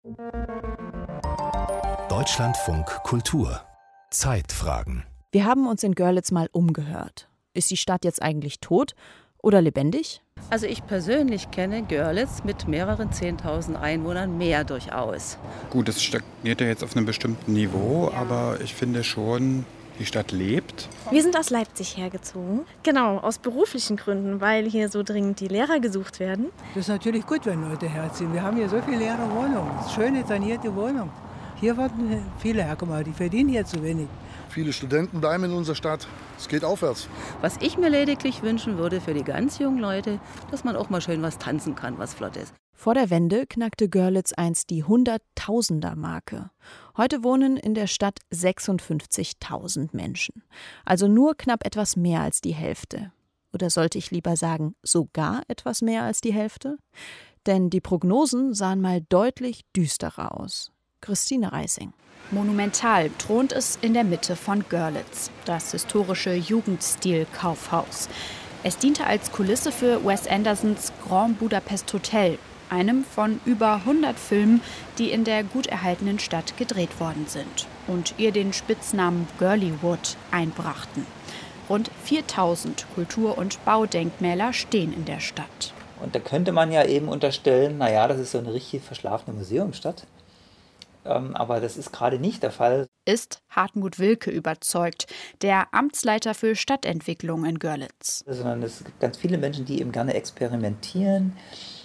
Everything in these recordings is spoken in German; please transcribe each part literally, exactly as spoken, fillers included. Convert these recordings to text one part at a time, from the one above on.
Deutschlandfunk Kultur. Zeitfragen. Wir haben uns in Görlitz mal umgehört. Ist die Stadt jetzt eigentlich tot oder lebendig? Also ich persönlich kenne Görlitz mit mehreren zehntausend Einwohnern mehr durchaus. Gut, es stagniert ja jetzt auf einem bestimmten Niveau, ja. Aber ich finde schon, die Stadt lebt. Wir sind aus Leipzig hergezogen. Genau, aus beruflichen Gründen, weil hier so dringend die Lehrer gesucht werden. Das ist natürlich gut, wenn Leute herziehen. Wir haben hier so viele leere Wohnungen, schöne, sanierte Wohnungen. Hier wollten viele herkommen, aber die verdienen hier zu wenig. Viele Studenten bleiben in unserer Stadt. Es geht aufwärts. Was ich mir lediglich wünschen würde für die ganz jungen Leute, dass man auch mal schön was tanzen kann, was flott ist. Vor der Wende knackte Görlitz einst die Hunderttausender-Marke. Heute wohnen in der Stadt sechsundfünfzigtausend Menschen. Also nur knapp etwas mehr als die Hälfte. Oder sollte ich lieber sagen, sogar etwas mehr als die Hälfte? Denn die Prognosen sahen mal deutlich düsterer aus. Christine Reising. Monumental thront es in der Mitte von Görlitz, das historische Jugendstil-Kaufhaus. Es diente als Kulisse für Wes Andersons Grand Budapest Hotel, einem von über hundert Filmen, die in der gut erhaltenen Stadt gedreht worden sind und ihr den Spitznamen Girlywood einbrachten. Rund viertausend Kultur- und Baudenkmäler stehen in der Stadt. Und da könnte man ja eben unterstellen, naja, das ist so eine richtig verschlafene Museumsstadt. Ähm, aber das ist gerade nicht der Fall. Ist Hartmut Wilke überzeugt, der Amtsleiter für Stadtentwicklung in Görlitz. Sondern es gibt ganz viele Menschen, die eben gerne experimentieren,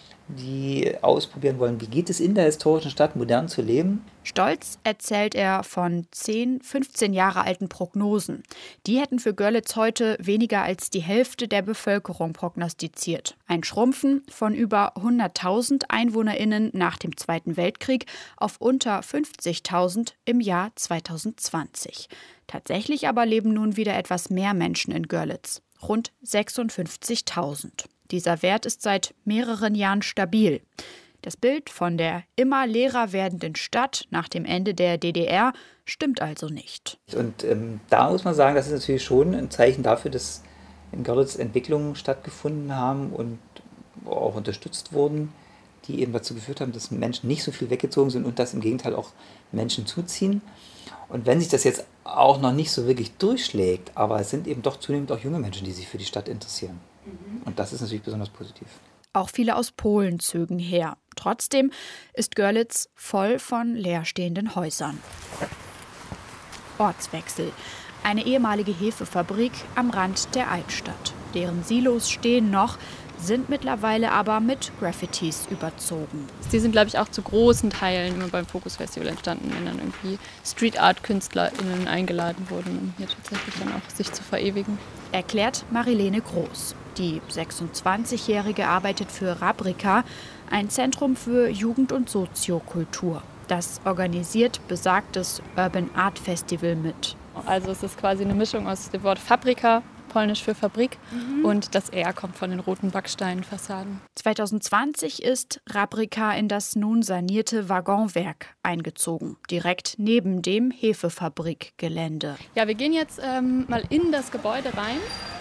die ausprobieren wollen, wie geht es in der historischen Stadt modern zu leben. Stolz erzählt er von zehn, fünfzehn Jahre alten Prognosen. Die hätten für Görlitz heute weniger als die Hälfte der Bevölkerung prognostiziert. Ein Schrumpfen von über hunderttausend EinwohnerInnen nach dem Zweiten Weltkrieg auf unter fünfzigtausend im Jahr zweitausendzwanzig. Tatsächlich aber leben nun wieder etwas mehr Menschen in Görlitz. Rund sechsundfünfzigtausend. Dieser Wert ist seit mehreren Jahren stabil. Das Bild von der immer leerer werdenden Stadt nach dem Ende der D D R stimmt also nicht. Und ähm, da muss man sagen, das ist natürlich schon ein Zeichen dafür, dass in Görlitz Entwicklungen stattgefunden haben und auch unterstützt wurden, die eben dazu geführt haben, dass Menschen nicht so viel weggezogen sind und dass im Gegenteil auch Menschen zuziehen. Und wenn sich das jetzt auch noch nicht so wirklich durchschlägt, aber es sind eben doch zunehmend auch junge Menschen, die sich für die Stadt interessieren. Mhm. Und das ist natürlich besonders positiv. Auch viele aus Polen zögen her. Trotzdem ist Görlitz voll von leerstehenden Häusern. Ortswechsel. Eine ehemalige Hefefabrik am Rand der Altstadt. Deren Silos stehen noch, sind mittlerweile aber mit Graffitis überzogen. Die sind, glaube ich, auch zu großen Teilen immer beim Focus Festival entstanden, wenn dann irgendwie Street-Art-KünstlerInnen eingeladen wurden, um hier tatsächlich dann auch sich zu verewigen. Erklärt Marilene Groß. Die sechsundzwanzigjährige arbeitet für Rabrika, ein Zentrum für Jugend- und Soziokultur. Das organisiert besagtes Urban Art Festival mit. Also es ist quasi eine Mischung aus dem Wort Fabrika, polnisch für Fabrik, mhm. und das R kommt von den roten Backsteinfassaden. zweitausendzwanzig ist Rabrika in das nun sanierte Waggonwerk eingezogen, direkt neben dem Hefefabrikgelände. Ja, wir gehen jetzt ähm, mal in das Gebäude rein.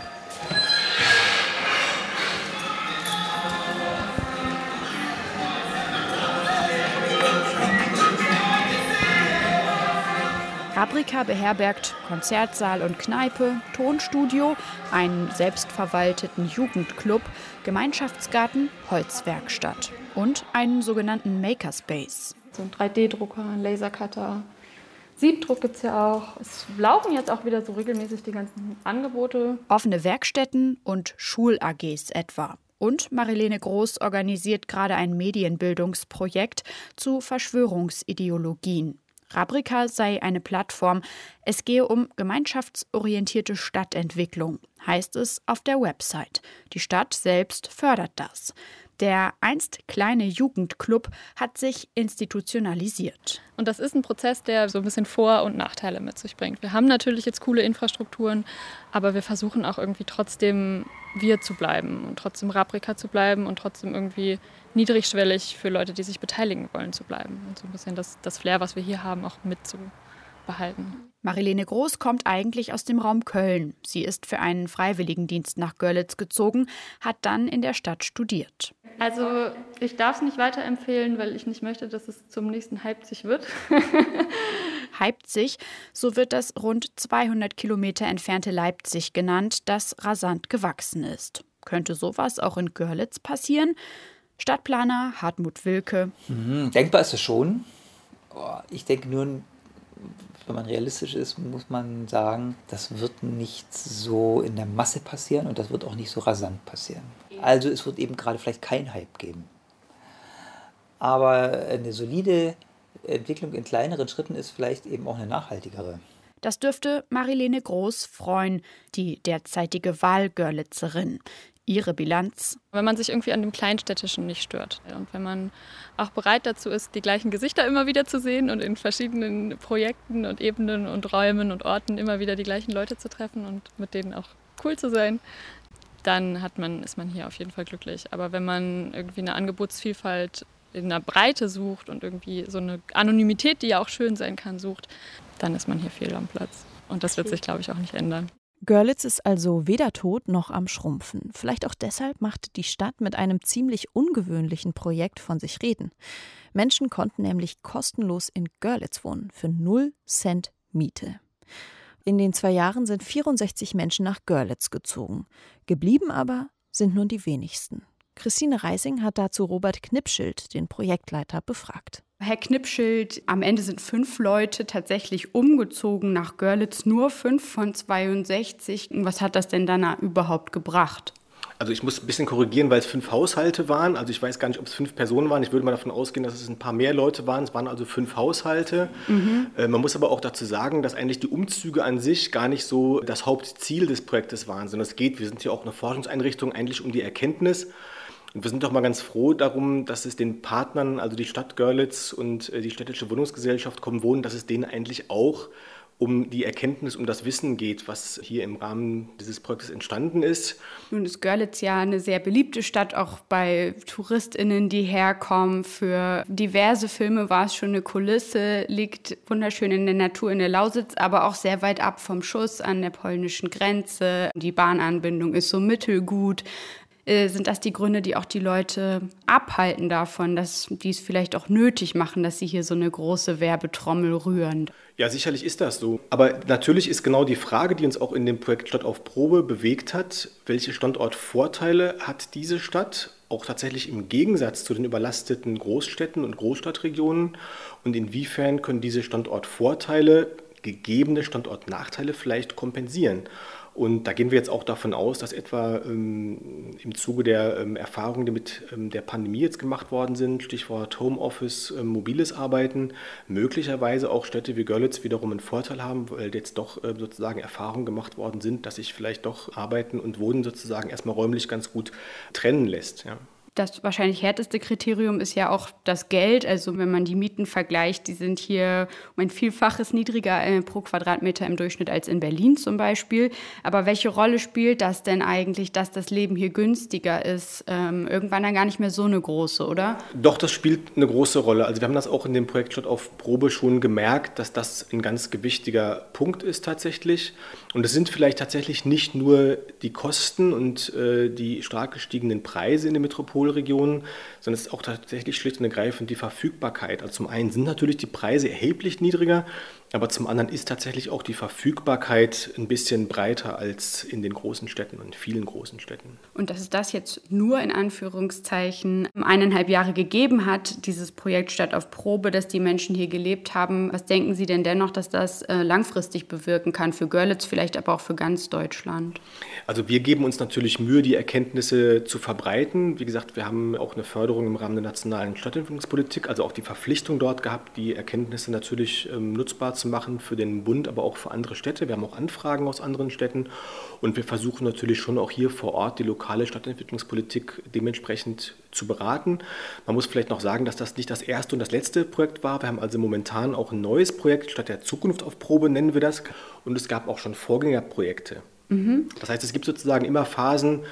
Rabrika beherbergt Konzertsaal und Kneipe, Tonstudio, einen selbstverwalteten Jugendclub, Gemeinschaftsgarten, Holzwerkstatt und einen sogenannten Makerspace. So ein drei D Drucker, ein Lasercutter, Siebdruck gibt es ja auch. Es laufen jetzt auch wieder so regelmäßig die ganzen Angebote. Offene Werkstätten und Schul-A Gs etwa. Und Marilene Groß organisiert gerade ein Medienbildungsprojekt zu Verschwörungsideologien. Rabrika sei eine Plattform. Es gehe um gemeinschaftsorientierte Stadtentwicklung, heißt es auf der Website. Die Stadt selbst fördert das. Der einst kleine Jugendclub hat sich institutionalisiert. Und das ist ein Prozess, der so ein bisschen Vor- und Nachteile mit sich bringt. Wir haben natürlich jetzt coole Infrastrukturen, aber wir versuchen auch irgendwie trotzdem wir zu bleiben und trotzdem Rabrika zu bleiben und trotzdem irgendwie niedrigschwellig für Leute, die sich beteiligen wollen, zu bleiben. Und so ein bisschen das, das Flair, was wir hier haben, auch mit zu behalten. Marilene Groß kommt eigentlich aus dem Raum Köln. Sie ist für einen Freiwilligendienst nach Görlitz gezogen, hat dann in der Stadt studiert. Also ich darf es nicht weiterempfehlen, weil ich nicht möchte, dass es zum nächsten Leipzig wird. Leipzig, so wird das rund zweihundert Kilometer entfernte Leipzig genannt, das rasant gewachsen ist. Könnte sowas auch in Görlitz passieren? Stadtplaner Hartmut Wilke. Mhm, denkbar ist es schon. Oh, ich denke nur, wenn man realistisch ist, muss man sagen, das wird nicht so in der Masse passieren und das wird auch nicht so rasant passieren. Also es wird eben gerade vielleicht kein Hype geben. Aber eine solide Entwicklung in kleineren Schritten ist vielleicht eben auch eine nachhaltigere. Das dürfte Marilene Groß freuen, die derzeitige Wahlgörlitzerin. Ihre Bilanz? Wenn man sich irgendwie an dem Kleinstädtischen nicht stört und wenn man auch bereit dazu ist, die gleichen Gesichter immer wieder zu sehen und in verschiedenen Projekten und Ebenen und Räumen und Orten immer wieder die gleichen Leute zu treffen und mit denen auch cool zu sein, dann hat man, ist man hier auf jeden Fall glücklich. Aber wenn man irgendwie eine Angebotsvielfalt in der Breite sucht und irgendwie so eine Anonymität, die ja auch schön sein kann, sucht, dann ist man hier fehl am Platz. Und das wird sich, glaube ich, auch nicht ändern. Görlitz ist also weder tot noch am Schrumpfen. Vielleicht auch deshalb macht die Stadt mit einem ziemlich ungewöhnlichen Projekt von sich reden. Menschen konnten nämlich kostenlos in Görlitz wohnen, für null Cent Miete. In den zwei Jahren sind vierundsechzig Menschen nach Görlitz gezogen. Geblieben aber sind nur die wenigsten. Christine Reising hat dazu Robert Knipschild, den Projektleiter, befragt. Herr Knipschild, am Ende sind fünf Leute tatsächlich umgezogen nach Görlitz, nur fünf von zweiundsechzig. Was hat das denn dann überhaupt gebracht? Also ich muss ein bisschen korrigieren, weil es fünf Haushalte waren. Also ich weiß gar nicht, ob es fünf Personen waren. Ich würde mal davon ausgehen, dass es ein paar mehr Leute waren. Es waren also fünf Haushalte. Mhm. Äh, man muss aber auch dazu sagen, dass eigentlich die Umzüge an sich gar nicht so das Hauptziel des Projektes waren, sondern es geht, wir sind ja auch eine Forschungseinrichtung, eigentlich um die Erkenntnis. Und wir sind doch mal ganz froh darum, dass es den Partnern, also die Stadt Görlitz und die städtische Wohnungsgesellschaft Komm Wohnen, dass es denen eigentlich auch um die Erkenntnis, um das Wissen geht, was hier im Rahmen dieses Projektes entstanden ist. Nun ist Görlitz ja eine sehr beliebte Stadt, auch bei TouristInnen, die herkommen. Für diverse Filme war es schon eine Kulisse, liegt wunderschön in der Natur in der Lausitz, aber auch sehr weit ab vom Schuss an der polnischen Grenze. Die Bahnanbindung ist so mittelgut. Sind das die Gründe, die auch die Leute abhalten davon, dass die es vielleicht auch nötig machen, dass sie hier so eine große Werbetrommel rühren? Ja, sicherlich ist das so. Aber natürlich ist genau die Frage, die uns auch in dem Projekt Stadt auf Probe bewegt hat, welche Standortvorteile hat diese Stadt, auch tatsächlich im Gegensatz zu den überlasteten Großstädten und Großstadtregionen, und inwiefern können diese Standortvorteile gegebene Standortnachteile vielleicht kompensieren? Und da gehen wir jetzt auch davon aus, dass etwa ähm, im Zuge der ähm, Erfahrungen, die mit ähm, der Pandemie jetzt gemacht worden sind, Stichwort Homeoffice, ähm, mobiles Arbeiten, möglicherweise auch Städte wie Görlitz wiederum einen Vorteil haben, weil jetzt doch äh, sozusagen Erfahrungen gemacht worden sind, dass sich vielleicht doch Arbeiten und Wohnen sozusagen erstmal räumlich ganz gut trennen lässt. Ja. Das wahrscheinlich härteste Kriterium ist ja auch das Geld. Also wenn man die Mieten vergleicht, die sind hier um ein Vielfaches niedriger äh, pro Quadratmeter im Durchschnitt als in Berlin zum Beispiel. Aber welche Rolle spielt das denn eigentlich, dass das Leben hier günstiger ist? Ähm, irgendwann dann gar nicht mehr so eine große, oder? Doch, das spielt eine große Rolle. Also wir haben das auch in dem Projekt Stadt auf Probe schon gemerkt, dass das ein ganz gewichtiger Punkt ist tatsächlich. Und es sind vielleicht tatsächlich nicht nur die Kosten und äh, die stark gestiegenen Preise in der Metropole, Regionen, sondern es ist auch tatsächlich schlicht und ergreifend die Verfügbarkeit. Also zum einen sind natürlich die Preise erheblich niedriger, aber zum anderen ist tatsächlich auch die Verfügbarkeit ein bisschen breiter als in den großen Städten und vielen großen Städten. Und dass es das jetzt nur in Anführungszeichen eineinhalb Jahre gegeben hat, dieses Projekt Stadt auf Probe, dass die Menschen hier gelebt haben, was denken Sie denn dennoch, dass das äh, langfristig bewirken kann für Görlitz, vielleicht aber auch für ganz Deutschland? Also wir geben uns natürlich Mühe, die Erkenntnisse zu verbreiten. Wie gesagt, wir haben auch eine Förderung im Rahmen der nationalen Stadtentwicklungspolitik, also auch die Verpflichtung dort gehabt, die Erkenntnisse natürlich ähm, nutzbar zu machen für den Bund, aber auch für andere Städte. Wir haben auch Anfragen aus anderen Städten und wir versuchen natürlich schon auch hier vor Ort die lokale Stadtentwicklungspolitik dementsprechend zu beraten. Man muss vielleicht noch sagen, dass das nicht das erste und das letzte Projekt war. Wir haben also momentan auch ein neues Projekt, Stadt der Zukunft auf Probe nennen wir das, und es gab auch schon Vorgängerprojekte. Mhm. Das heißt, es gibt sozusagen immer Phasen,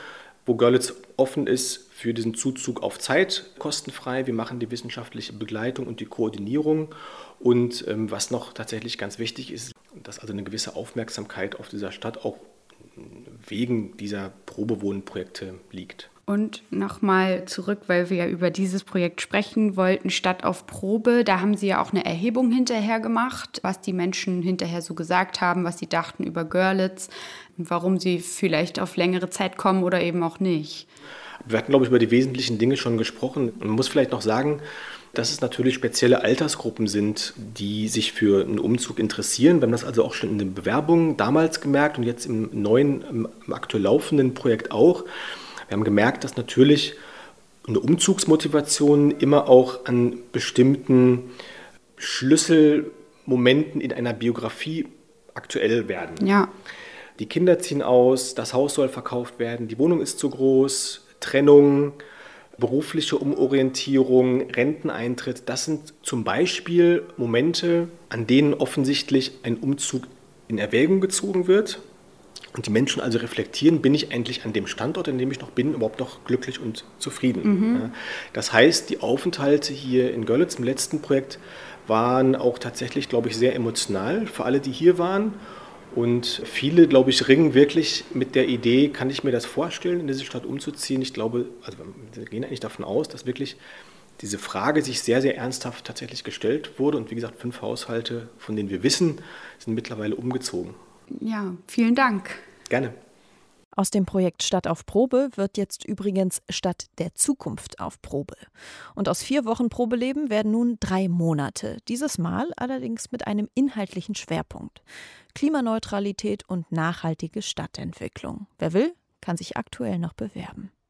wo Görlitz offen ist für diesen Zuzug auf Zeit, kostenfrei. Wir machen die wissenschaftliche Begleitung und die Koordinierung. Und ähm, was noch tatsächlich ganz wichtig ist, dass also eine gewisse Aufmerksamkeit auf dieser Stadt auch wegen dieser Probewohnprojekte liegt. Und nochmal zurück, weil wir ja über dieses Projekt sprechen wollten, Stadt auf Probe. Da haben Sie ja auch eine Erhebung hinterher gemacht, was die Menschen hinterher so gesagt haben, was sie dachten über Görlitz, warum sie vielleicht auf längere Zeit kommen oder eben auch nicht. Wir hatten, glaube ich, über die wesentlichen Dinge schon gesprochen. Man muss vielleicht noch sagen, dass es natürlich spezielle Altersgruppen sind, die sich für einen Umzug interessieren. Wir haben das also auch schon in den Bewerbungen damals gemerkt und jetzt im neuen, im aktuell laufenden Projekt auch. Wir haben gemerkt, dass natürlich eine Umzugsmotivation immer auch an bestimmten Schlüsselmomenten in einer Biografie aktuell werden. Ja. Die Kinder ziehen aus, das Haus soll verkauft werden, die Wohnung ist zu groß, Trennung, berufliche Umorientierung, Renteneintritt. Das sind zum Beispiel Momente, an denen offensichtlich ein Umzug in Erwägung gezogen wird. Und die Menschen also reflektieren, bin ich eigentlich an dem Standort, an dem ich noch bin, überhaupt noch glücklich und zufrieden. Mhm. Das heißt, die Aufenthalte hier in Görlitz im letzten Projekt waren auch tatsächlich, glaube ich, sehr emotional für alle, die hier waren. Und viele, glaube ich, ringen wirklich mit der Idee, kann ich mir das vorstellen, in diese Stadt umzuziehen? Ich glaube, also wir gehen eigentlich davon aus, dass wirklich diese Frage sich sehr, sehr ernsthaft tatsächlich gestellt wurde. Und wie gesagt, fünf Haushalte, von denen wir wissen, sind mittlerweile umgezogen. Ja, vielen Dank. Gerne. Aus dem Projekt Stadt auf Probe wird jetzt übrigens Stadt der Zukunft auf Probe. Und aus vier Wochen Probeleben werden nun drei Monate. Dieses Mal allerdings mit einem inhaltlichen Schwerpunkt. Klimaneutralität und nachhaltige Stadtentwicklung. Wer will, kann sich aktuell noch bewerben.